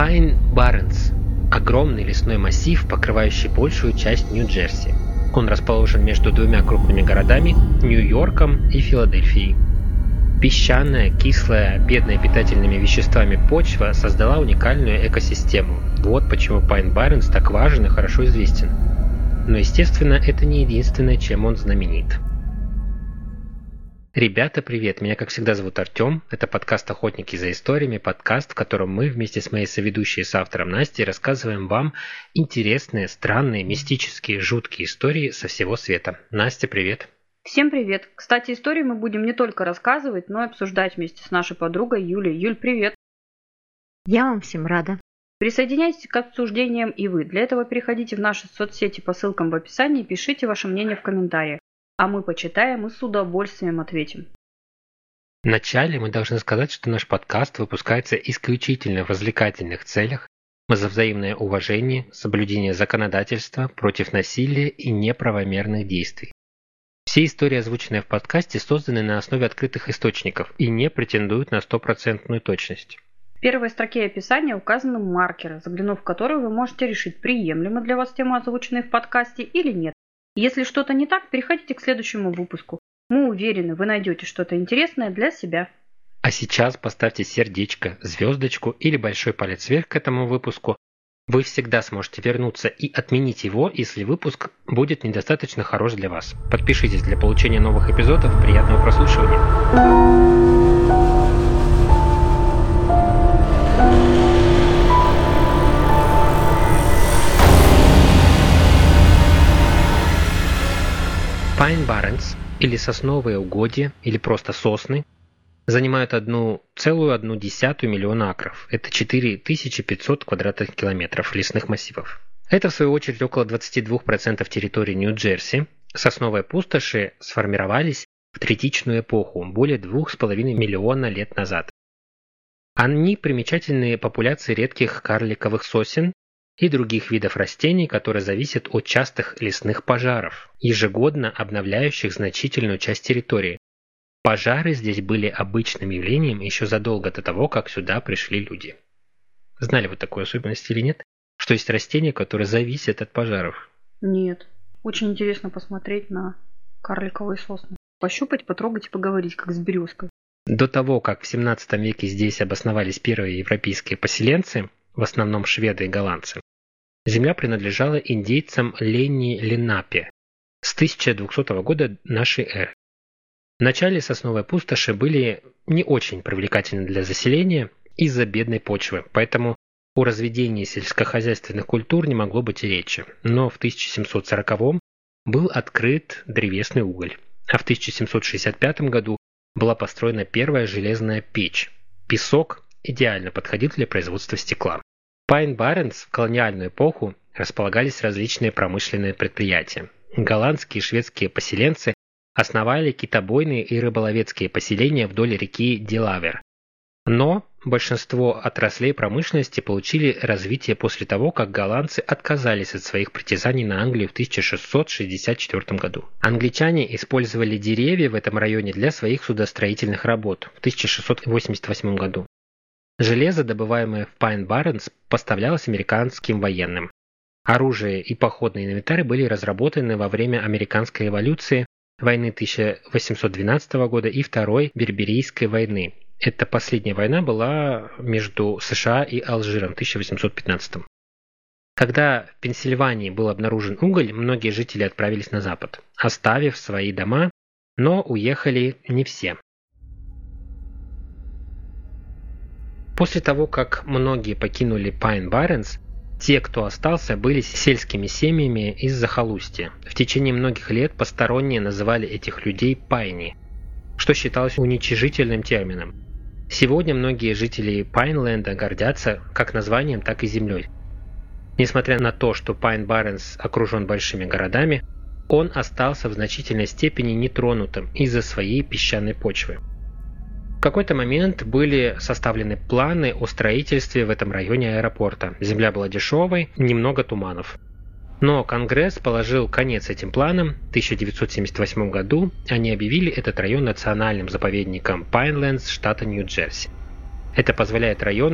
Pine Barrens – огромный лесной массив, покрывающий большую часть Нью-Джерси. Он расположен между двумя крупными городами – Нью-Йорком и Филадельфией. Песчаная, кислая, бедная питательными веществами почва создала уникальную экосистему. Вот почему Pine Barrens так важен и хорошо известен. Но, естественно, это не единственное, чем он знаменит. Ребята, привет! Меня, как всегда, зовут Артем. Это подкаст «Охотники за историями», подкаст, в котором мы вместе с моей соведущей и соавтором Настей рассказываем вам интересные, странные, мистические, жуткие истории со всего света. Настя, привет! Всем привет! Кстати, истории мы будем не только рассказывать, но и обсуждать вместе с нашей подругой Юлей. Юль, привет! Я вам всем рада. Присоединяйтесь к обсуждениям и вы. Для этого переходите в наши соцсети по ссылкам в описании и пишите ваше мнение в комментариях. А мы почитаем и с удовольствием ответим. Вначале мы должны сказать, что наш подкаст выпускается исключительно в развлекательных целях. Мы за взаимное уважение, соблюдение законодательства против насилия и неправомерных действий. Все истории, озвученные в подкасте, созданы на основе открытых источников и не претендуют на стопроцентную точность. В первой строке описания указаны маркеры, заглянув в которые вы можете решить, приемлема для вас тема, озвученная в подкасте, или нет. Если что-то не так, переходите к следующему выпуску. Мы уверены, вы найдете что-то интересное для себя. А сейчас поставьте сердечко, звездочку или большой палец вверх к этому выпуску. Вы всегда сможете вернуться и отменить его, если выпуск будет недостаточно хорош для вас. Подпишитесь для получения новых эпизодов. Приятного прослушивания. Pine Barrens, или сосновые угодья, или просто сосны, занимают 1,1 миллиона акров. Это 4500 квадратных километров лесных массивов. Это, в свою очередь, около 22% территории Нью-Джерси. Сосновые пустоши сформировались в третичную эпоху, более 2,5 миллиона лет назад. Они примечательны популяцией редких карликовых сосен и других видов растений, которые зависят от частых лесных пожаров, ежегодно обновляющих значительную часть территории. Пожары здесь были обычным явлением еще задолго до того, как сюда пришли люди. Знали вы такую особенность или нет? Что есть растения, которые зависят от пожаров? Нет. Очень интересно посмотреть на карликовые сосны. Пощупать, потрогать и поговорить, как с березкой. До того, как в 17 веке здесь обосновались первые европейские поселенцы, в основном шведы и голландцы, земля принадлежала индейцам Ленни-Ленапе с 1200 года нашей эры. В начале сосновые пустоши были не очень привлекательны для заселения из-за бедной почвы, поэтому о разведении сельскохозяйственных культур не могло быть и речи. Но в 1740-м был открыт древесный уголь, а в 1765 году была построена первая железная печь. Песок идеально подходил для производства стекла. В Pine Barrens в колониальную эпоху располагались различные промышленные предприятия. Голландские и шведские поселенцы основали китобойные и рыболовецкие поселения вдоль реки Делавер. Но большинство отраслей промышленности получили развитие после того, как голландцы отказались от своих притязаний на Англию в 1664 году. Англичане использовали деревья в этом районе для своих судостроительных работ в 1688 году. Железо, добываемое в Pine Barrens, поставлялось американским военным. Оружие и походный инвентарь были разработаны во время Американской революции, войны 1812 года и Второй Берберийской войны. Эта последняя война была между США и Алжиром в 1815. Когда в Пенсильвании был обнаружен уголь, многие жители отправились на запад, оставив свои дома, но уехали не все. После того, как многие покинули Pine Barrens, те, кто остался, были сельскими семьями из захолустья. В течение многих лет посторонние называли этих людей пайни, что считалось уничижительным термином. Сегодня многие жители Пайнленда гордятся как названием, так и землей. Несмотря на то, что Pine Barrens окружен большими городами, он остался в значительной степени нетронутым из-за своей песчаной почвы. В какой-то момент были составлены планы о строительстве в этом районе аэропорта. Земля была дешевой, немного туманов. Но Конгресс положил конец этим планам. В 1978 году они объявили этот район национальным заповедником Пайнлендс штата Нью-Джерси. Это позволяет району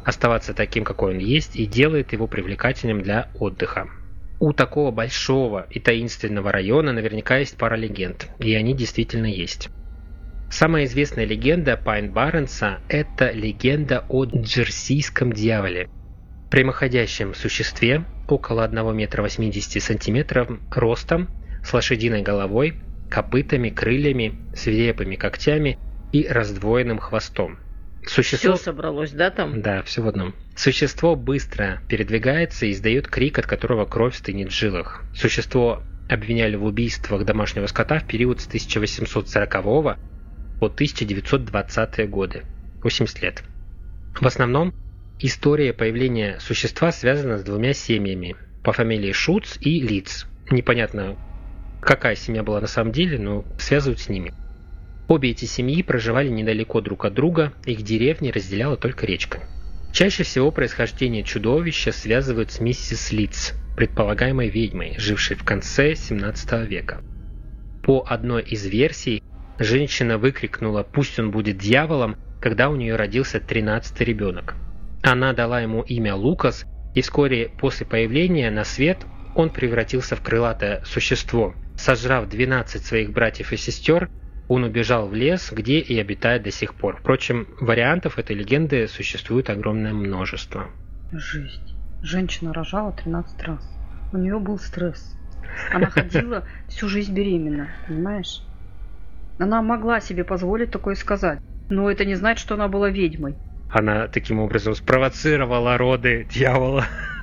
оставаться таким, какой он есть, и делает его привлекательным для отдыха. У такого большого и таинственного района наверняка есть пара легенд, и они действительно есть. Самая известная легенда Пайн-Барренса – это легенда о джерсийском дьяволе, прямоходящем существе около 1 метра 80 сантиметров ростом, с лошадиной головой, копытами, крыльями, свирепыми когтями и раздвоенным хвостом. Все собралось, да, там? Да, все в одном. Существо быстро передвигается и издает крик, от которого кровь стынет в жилах. Существо обвиняли в убийствах домашнего скота в период с 1840 по 1920-е годы. 80 лет. В основном история появления существа связана с 2 семьями по фамилии Шуц и Лиц. Непонятно, какая семья была на самом деле, но связывают с ними. Обе эти семьи проживали недалеко друг от друга, их деревни разделяла только речка. Чаще всего происхождение чудовища связывают с миссис Лиц, предполагаемой ведьмой, жившей в конце 17 века. По одной из версий, женщина выкрикнула «пусть он будет дьяволом», когда у нее родился 13-й ребенок. Она дала ему имя Лукас, и вскоре после появления на свет он превратился в крылатое существо. Сожрав 12 своих братьев и сестер, он убежал в лес, где и обитает до сих пор. Впрочем, вариантов этой легенды существует огромное множество. Жесть. Женщина рожала 13 раз. У нее был стресс. Она ходила всю жизнь беременна, понимаешь? Она могла себе позволить такое сказать, но это не значит, что она была ведьмой. Она таким образом спровоцировала роды дьявола.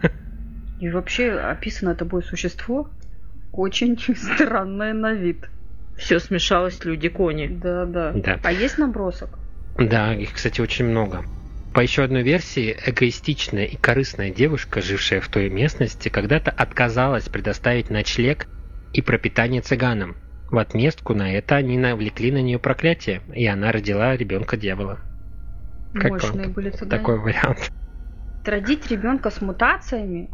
И вообще описанное тобой существо очень странное на вид. Все смешалось, люди-кони. Да. А есть набросок? Да, их, кстати, очень много. По еще одной версии, эгоистичная и корыстная девушка, жившая в той местности, когда-то отказалась предоставить ночлег и пропитание цыганам. В отместку на это они навлекли на нее проклятие, и она родила ребенка дьявола. Мощные были цыгане. Такой вариант. Родить ребенка с мутациями,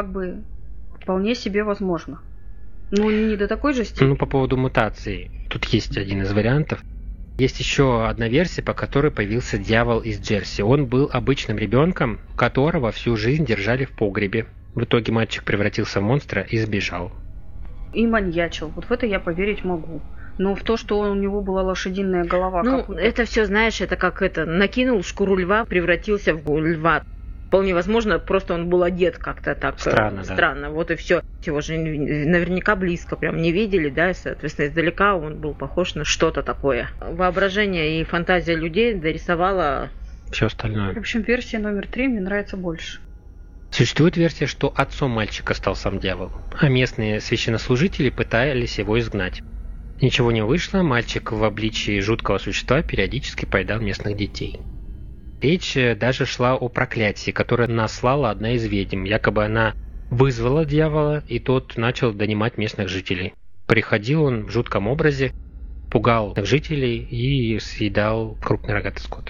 вполне себе возможно. Не до такой же степени. По поводу мутаций. Тут есть один из вариантов. Есть еще одна версия, по которой появился дьявол из Джерси. Он был обычным ребенком, которого всю жизнь держали в погребе. В итоге мальчик превратился в монстра и сбежал. И маньячил. Вот в это я поверить могу. Но в то, что у него была лошадиная голова... это все, знаешь, это как накинул шкуру льва, превратился в льва. Вполне возможно, просто он был одет как-то так странно. Да. Вот и все. Его же наверняка близко прям не видели, да, и, соответственно, издалека он был похож на что-то такое. Воображение и фантазия людей дорисовала все остальное. В общем, версия номер 3 мне нравится больше. Существует версия, что отцом мальчика стал сам дьявол, а местные священнослужители пытались его изгнать. Ничего не вышло, мальчик в обличии жуткого существа периодически поедал местных детей. Речь даже шла о проклятии, которое наслала одна из ведьм. Якобы она вызвала дьявола, и тот начал донимать местных жителей. Приходил он в жутком образе, пугал жителей и съедал крупный рогатый скот.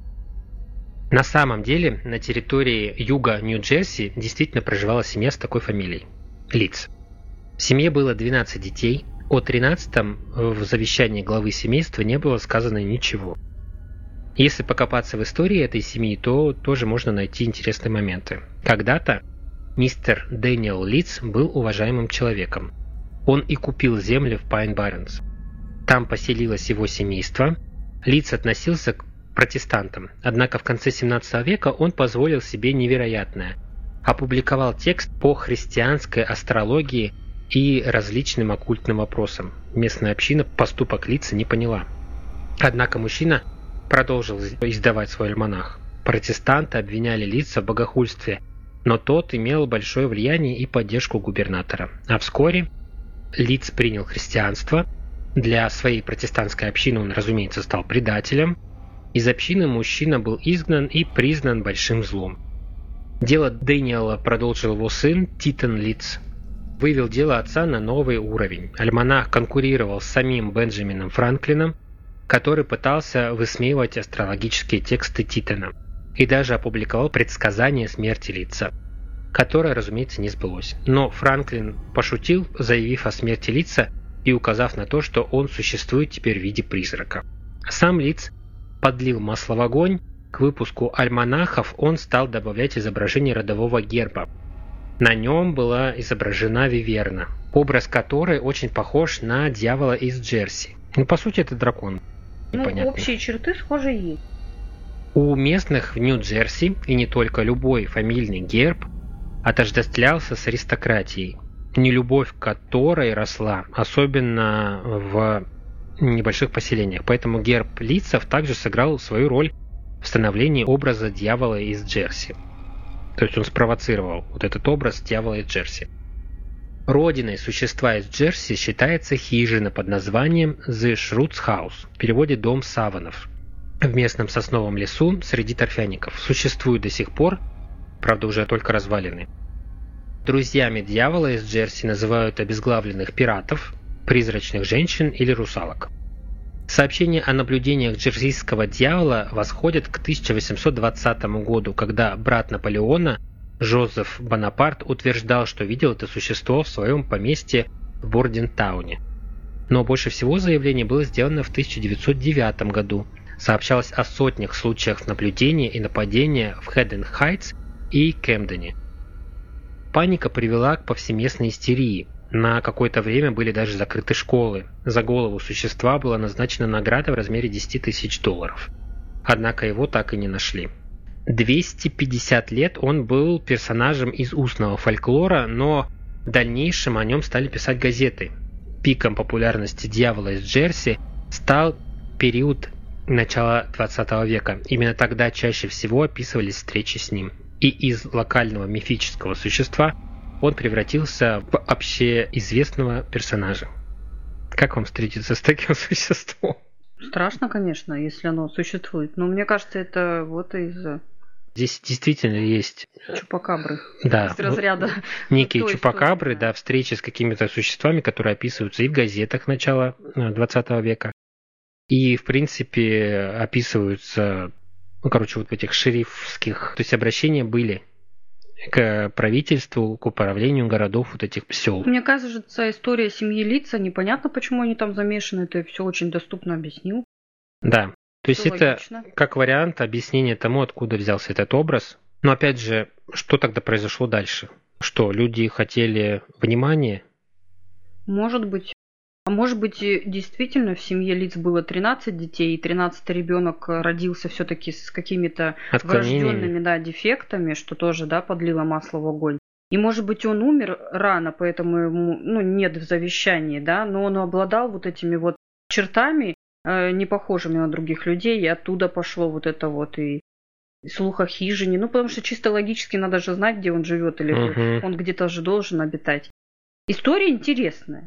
На самом деле, на территории юга Нью-Джерси действительно проживала семья с такой фамилией – Лиц. В семье было 12 детей, о 13-м в завещании главы семейства не было сказано ничего. Если покопаться в истории этой семьи, то тоже можно найти интересные моменты. Когда-то мистер Дэниел Лиц был уважаемым человеком. Он и купил земли в Пайн-Барренс. Там поселилось его семейство. Лиц относился к протестантам, однако в конце 17 века он позволил себе невероятное. Опубликовал текст по христианской астрологии и различным оккультным вопросам. Местная община поступок Лица не поняла. Однако мужчина продолжил издавать свой альманах. Протестанты обвиняли Лица в богохульстве, но тот имел большое влияние и поддержку губернатора. А вскоре Лиц принял христианство. Для своей протестантской общины он, разумеется, стал предателем. Из общины мужчина был изгнан и признан большим злом. Дело Дэниела продолжил его сын Титан Лиц. Вывел дело отца на новый уровень. Альманах конкурировал с самим Бенджамином Франклином, который пытался высмеивать астрологические тексты Титана, и даже опубликовал предсказание смерти Лица, которое, разумеется, не сбылось. Но Франклин пошутил, заявив о смерти Лица и указав на то, что он существует теперь в виде призрака. Сам Лиц подлил масло в огонь К выпуску альманахов он стал добавлять изображение родового герба. На нем была изображена виверна, образ которой очень похож на дьявола из Джерси. По сути, это дракон. Непонятный. Общие черты схожи есть. У местных в Нью-Джерси, и не только, любой фамильный герб отождествлялся с аристократией, нелюбовь к которой росла, особенно в небольших поселениях. Поэтому герб лицев также сыграл свою роль в становлении образа дьявола из Джерси. То есть он спровоцировал вот этот образ дьявола из Джерси. Родиной существа из Джерси считается хижина под названием The Shroud's House, в переводе «Дом саванов». В местном сосновом лесу среди торфяников существует до сих пор, правда уже только развалины. Друзьями дьявола из Джерси называют обезглавленных пиратов, призрачных женщин или русалок. Сообщения о наблюдениях джерсийского дьявола восходят к 1820 году, когда брат Наполеона, Жозеф Бонапарт, утверждал, что видел это существо в своем поместье в Бордентауне. Но больше всего заявлений было сделано в 1909 году. Сообщалось о сотнях случаях наблюдения и нападения в Хэдден-Хайтс и Кэмдене. Паника привела к повсеместной истерии. На какое-то время были даже закрыты школы. За голову существа была назначена награда в размере $10 000. Однако его так и не нашли. 250 лет он был персонажем из устного фольклора, но в дальнейшем о нем стали писать газеты. Пиком популярности дьявола из Джерси стал период начала 20 века. Именно тогда чаще всего описывались встречи с ним. И из локального мифического существа он превратился в общеизвестного персонажа. Как вам встретиться с таким существом? Страшно, конечно, если оно существует. Но мне кажется, это вот из... Здесь действительно есть... Чупакабры. Да. Из разряда... Некие чупакабры, да, встречи с какими-то существами, которые описываются и в газетах начала 20 века. И, в принципе, описываются... вот в этих шерифских... То есть обращения были к правительству, к управлению городов, вот этих сел. Мне кажется, история семьи Лица, непонятно, почему они там замешаны, ты все очень доступно объяснил. Да, то есть это логично. Как вариант объяснения тому, откуда взялся этот образ. Но опять же, что тогда произошло дальше? Что, люди хотели внимания? Может быть. А может быть, действительно в семье Лиц было 13 детей, и 13-й ребенок родился все-таки с какими-то врожденными дефектами, что тоже подлило масло в огонь. И может быть он умер рано, поэтому ему нет в завещании, но он обладал вот этими вот чертами, не похожими на других людей, и оттуда пошло вот это вот и слух о хижине. Потому что чисто логически надо же знать, где он живет, или он где-то же должен обитать. История интересная.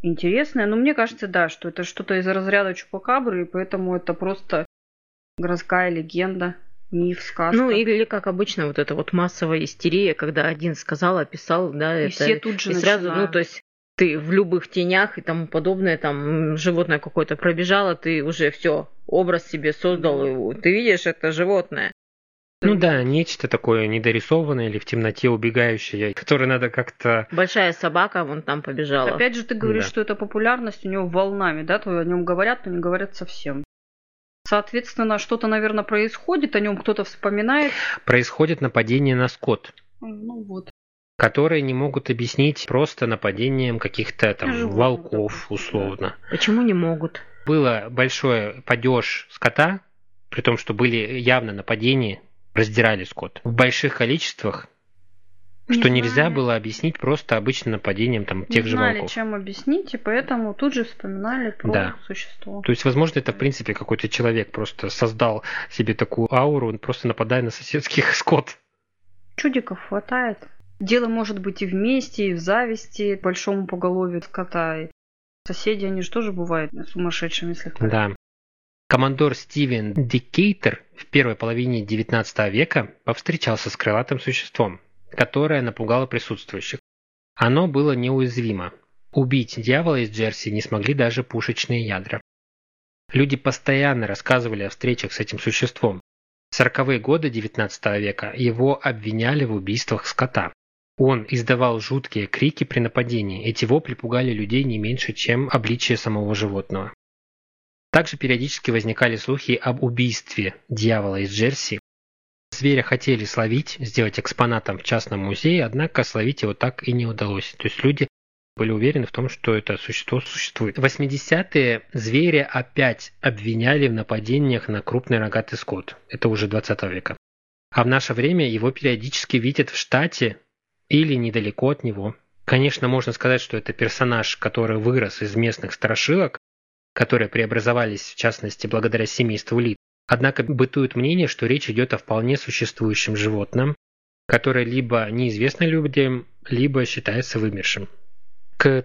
Но мне кажется, что это что-то из разряда чупакабры, и поэтому это просто городская легенда, миф, сказка. Или как обычно, вот эта вот массовая истерия, когда один сказал, описал, и это... все тут же и сразу, то есть ты в любых тенях и тому подобное, там животное какое-то пробежало, ты уже все, образ себе создал, ты видишь это животное. Нечто такое недорисованное или в темноте убегающее, которое надо как-то... Большая собака вон там побежала. Опять же, ты говоришь, что эта популярность у него волнами, то о нем говорят, но не говорят совсем. Соответственно, что-то, наверное, происходит, о нем кто-то вспоминает. Происходит нападение на скот. Которые не могут объяснить просто нападением каких-то там волков, условно. Почему не могут? Было большой падеж скота, при том, что были явно нападения, раздирали скот в больших количествах, что нельзя было объяснить просто обычным нападением тех же волков. Не знали, чем объяснить, и поэтому тут же вспоминали про существо. То есть, возможно, это в принципе какой-то человек просто создал себе такую ауру, просто нападая на соседских скот. Чудиков хватает. Дело может быть и в мести, и в зависти, большому поголовью скота. Соседи, они же тоже бывают сумасшедшими слегка. Да. Командор Стивен Дикейтер в первой половине XIX века повстречался с крылатым существом, которое напугало присутствующих. Оно было неуязвимо. Убить дьявола из Джерси не смогли даже пушечные ядра. Люди постоянно рассказывали о встречах с этим существом. В 40-е годы XIX века его обвиняли в убийствах скота. Он издавал жуткие крики при нападении. Эти вопли пугали людей не меньше, чем обличие самого животного. Также периодически возникали слухи об убийстве дьявола из Джерси. Зверя хотели словить, сделать экспонатом в частном музее, однако словить его так и не удалось. То есть люди были уверены в том, что это существо существует. В 80-е зверя опять обвиняли в нападениях на крупный рогатый скот. Это уже 20 века. А в наше время его периодически видят в штате или недалеко от него. Конечно, можно сказать, что это персонаж, который вырос из местных страшилок, которые преобразовались, в частности, благодаря семейству Лид. Однако бытует мнение, что речь идет о вполне существующем животном, которое либо неизвестно людям, либо считается вымершим. К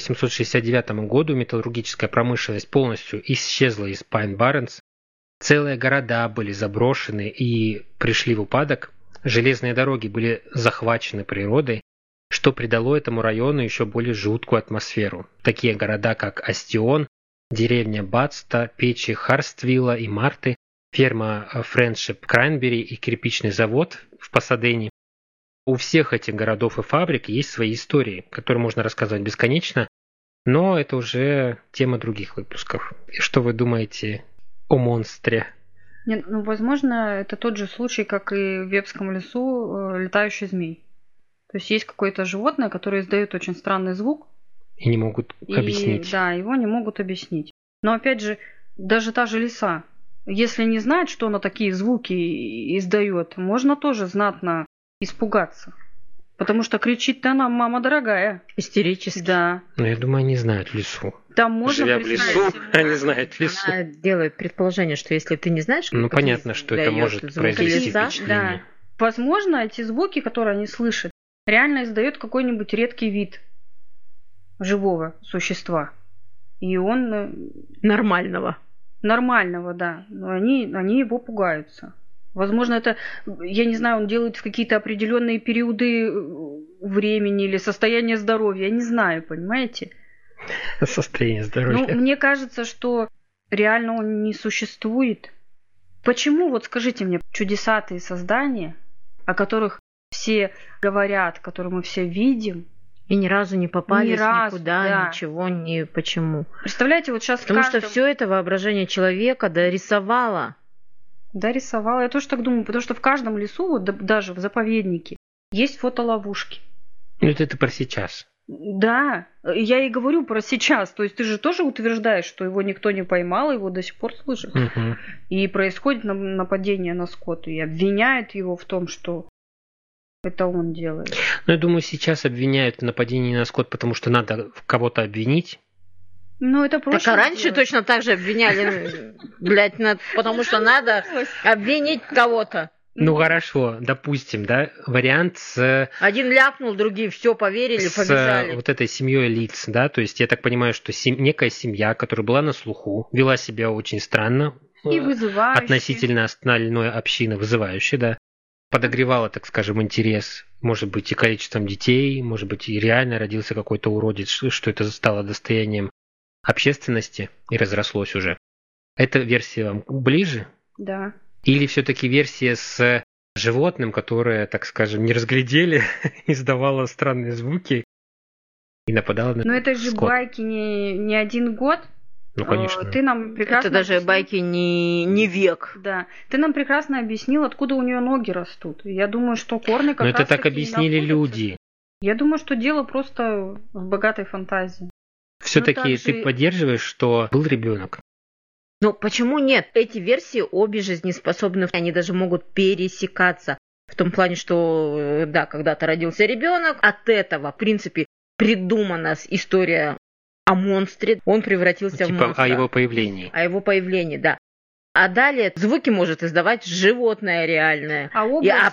1869 году металлургическая промышленность полностью исчезла из Пайн-Барренс. Целые города были заброшены и пришли в упадок. Железные дороги были захвачены природой, что придало этому району еще более жуткую атмосферу. Такие города, как Астион, деревня Бадста, печи Харствилла и Марты, ферма Френдшип Крайнбери и кирпичный завод в Пасадене. У всех этих городов и фабрик есть свои истории, которые можно рассказывать бесконечно, но это уже тема других выпусков. И что вы думаете о монстре? Нет, возможно, это тот же случай, как и в Вепском лесу летающий змей. То есть есть какое-то животное, которое издает очень странный звук. И не могут объяснить. Да, его не могут объяснить. Но опять же, даже та же лиса, если не знать, что она такие звуки издает, можно тоже знатно испугаться. Потому что кричит-то она, мама дорогая. Истерически. Да. Но я думаю, они знают лису. Там можно Живя в лесу, они знают лису. Она делает предположение, что если ты не знаешь... Ну, понятно, что это может произвести впечатление. Да. Возможно, эти звуки, которые они слышат, реально издает какой-нибудь редкий вид живого существа. И он... Нормального, да. Но они его пугаются. Возможно, это, я не знаю, он делает в какие-то определенные периоды времени или состояния здоровья. Я не знаю, понимаете? Состояние здоровья. Ну, мне кажется, что реально он не существует. Почему, вот скажите мне, чудесатые создания, о которых все говорят, которые мы все видим, и ни разу не попались никуда, да. Ничего, ни почему. Представляете, вот сейчас Потому что все это воображение человека дорисовало. Да, рисовала. Я тоже так думаю, потому что в каждом лесу, вот даже в заповеднике, есть фотоловушки. Ну, это про сейчас. Да, я и говорю про сейчас. То есть ты же тоже утверждаешь, что его никто не поймал, его до сих пор слышат. Угу. И происходит нападение на скот, и обвиняют его в том, что это он делает. Ну, я думаю, сейчас обвиняют в нападении на скот, потому что надо кого-то обвинить. Ну, это проще. Так а раньше делать. точно так же обвиняли, блядь, потому что надо обвинить кого-то. Ну, хорошо, допустим, да, вариант с... Один ляпнул, другие все поверили, побежали. С вот этой семьей лиц, да, то есть я так понимаю, что некая семья, которая была на слуху, вела себя очень странно. И вызывающая. Относительно остальной общины, вызывающей, да. Подогревала, так скажем, интерес, может быть, и количеством детей, может быть, и реально родился какой-то уродец, что это стало достоянием общественности и разрослось уже. Эта версия вам ближе? Да. Или все-таки версия с животным, которое, так скажем, не разглядели, издавало странные звуки и нападало на скот? Но это же байки не один год. Ну, конечно. Ты нам прекрасно это даже байки не век. Да. Ты нам прекрасно объяснил, откуда у нее ноги растут. Я думаю, что корни как раз. Но это так таки объяснили люди. Я думаю, что дело просто в богатой фантазии. Все-таки ты поддерживаешь, что был ребенок? Ну, почему нет? Эти версии обе жизнеспособны. Они даже могут пересекаться. В том плане, что, да, когда-то родился ребенок. От этого, в принципе, придумана история о монстре. Он превратился в монстра. О его появлении. О его появлении, да. А далее звуки может издавать животное реальное. А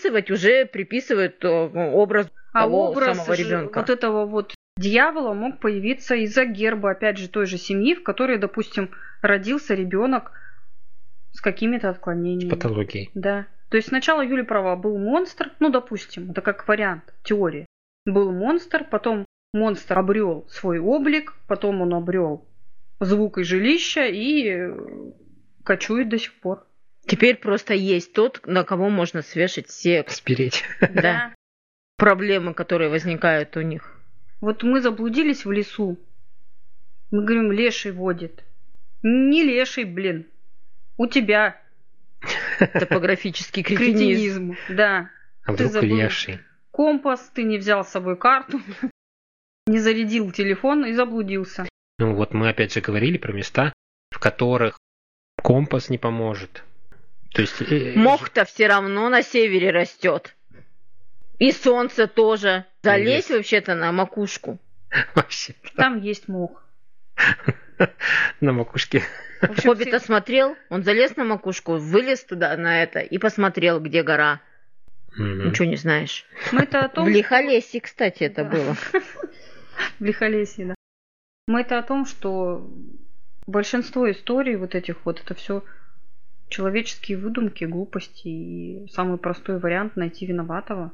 приписывают образ того самого ребенка. Вот этого вот дьявола мог появиться из-за герба, опять же, той же семьи, в которой, допустим, родился ребенок с какими-то отклонениями. С патологией. Да. То есть сначала Юля права, был монстр, ну, допустим, это как вариант, теории. Был монстр, потом монстр обрел свой облик, потом он обрел звук и жилище и кочует до сих пор. Теперь просто есть тот, на кого можно свешать все... Спереть. Да. Проблемы, которые возникают у них. Вот мы заблудились в лесу. Мы говорим, леший водит. Не леший, блин. У тебя Топографический кретинизм. кретинизм. Да. А Ты вдруг забыл. леший? Компас, ты не взял с собой карту, не зарядил телефон и заблудился. Ну вот мы опять же говорили про места, в которых компас не поможет. То есть Мох-то все равно на севере растет. И солнце тоже. Залезь Есть. вообще-то на макушку. вообще Там есть мох. на макушке. В общем, Хоббита смотрел, он залез на макушку, вылез туда на это и посмотрел, где гора. Мгм. Ничего не знаешь. Мы-то о том, В Лихолесье, кстати, это Да. было. в Лихолесье, да. Мы-то о том, что большинство историй вот этих вот, это все человеческие выдумки, глупости и самый простой вариант найти виноватого.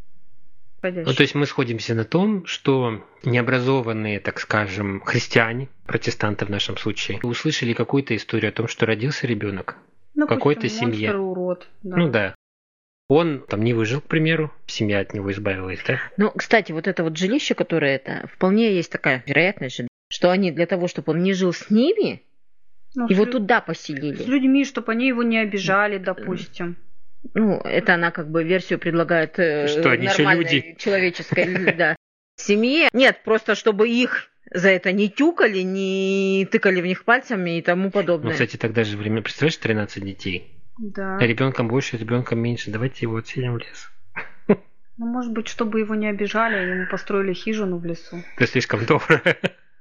Ну, то есть мы сходимся на том, что необразованные, так скажем, христиане, протестанты в нашем случае, услышали какую-то историю о том, что родился ребенок. какой-то семье. Монстр, урод. Да. Ну да. Он там не выжил, к примеру, семья от него избавилась, да? Ну, кстати, вот это вот жилище, которое это, вполне есть такая вероятность же, что они для того, чтобы он не жил с ними, Ну, его с туда с поселили. людьми, чтобы они его не обижали, допустим. Ну, это она как бы версию предлагает Что, они еще нормальной люди? человеческой да, семье. Нет, просто чтобы их за это не тюкали, не тыкали в них пальцами и тому Ну, подобное. кстати, тогда же время, представляешь, 13 детей. Да. Ребенком больше, ребенком меньше. Давайте его отселим в лес. Ну, может быть, чтобы его не обижали, ему построили хижину в лесу. Это слишком доброе.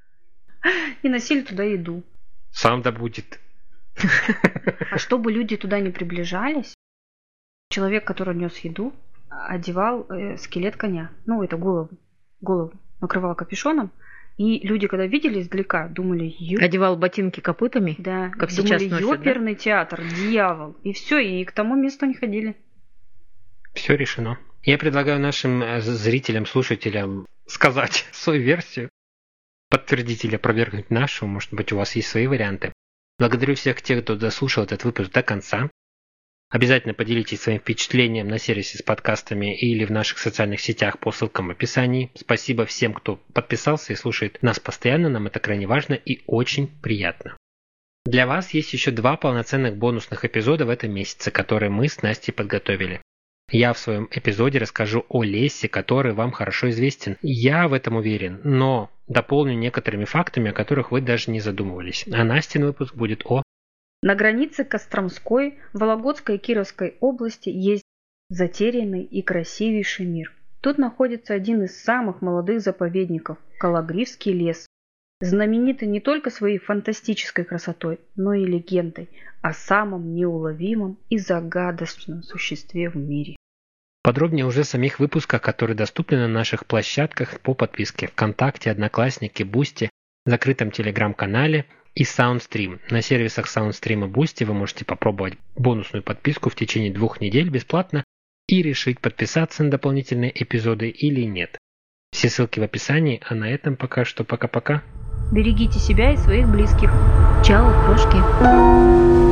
И носили туда еду. Сам добудет. А чтобы люди туда не приближались, человек, который нес еду, одевал скелет коня. Ну, это голову накрывал капюшоном. И люди, когда видели издалека, думали, Одевал ботинки копытами. да, как думали, сейчас носят, да? ёперный театр, дьявол. И все, и к тому месту не ходили. Все решено. Я предлагаю нашим зрителям, слушателям сказать свою версию, подтвердить или опровергнуть нашу. Может быть, у вас есть свои варианты. Благодарю всех тех, кто дослушал этот выпуск до конца. Обязательно поделитесь своим впечатлением на сервисе с подкастами или в наших социальных сетях по ссылкам в описании. Спасибо всем, кто подписался и слушает нас постоянно. Нам это крайне важно и очень приятно. Для вас есть еще 2 полноценных бонусных эпизода в этом месяце, которые мы с Настей подготовили. Я в своем эпизоде расскажу о лесе, который вам хорошо известен. Я в этом уверен, но дополню некоторыми фактами, о которых вы даже не задумывались. А Настин выпуск будет о... На границе Костромской, Вологодской и Кировской области есть затерянный и красивейший мир. Тут находится один из самых молодых заповедников – Кологривский лес. Знаменитый не только своей фантастической красотой, но и легендой о самом неуловимом и загадочном существе в мире. Подробнее уже о самих выпусках, которые доступны на наших площадках по подписке ВКонтакте, Одноклассники, Бусти, закрытом Телеграм-канале и Soundstream. На сервисах Soundstream и Boosty вы можете попробовать бонусную подписку в течение 2 недель бесплатно и решить, подписаться на дополнительные эпизоды или нет. Все ссылки в описании, а на этом пока что пока-пока. Берегите себя и своих близких. Чао, крошки.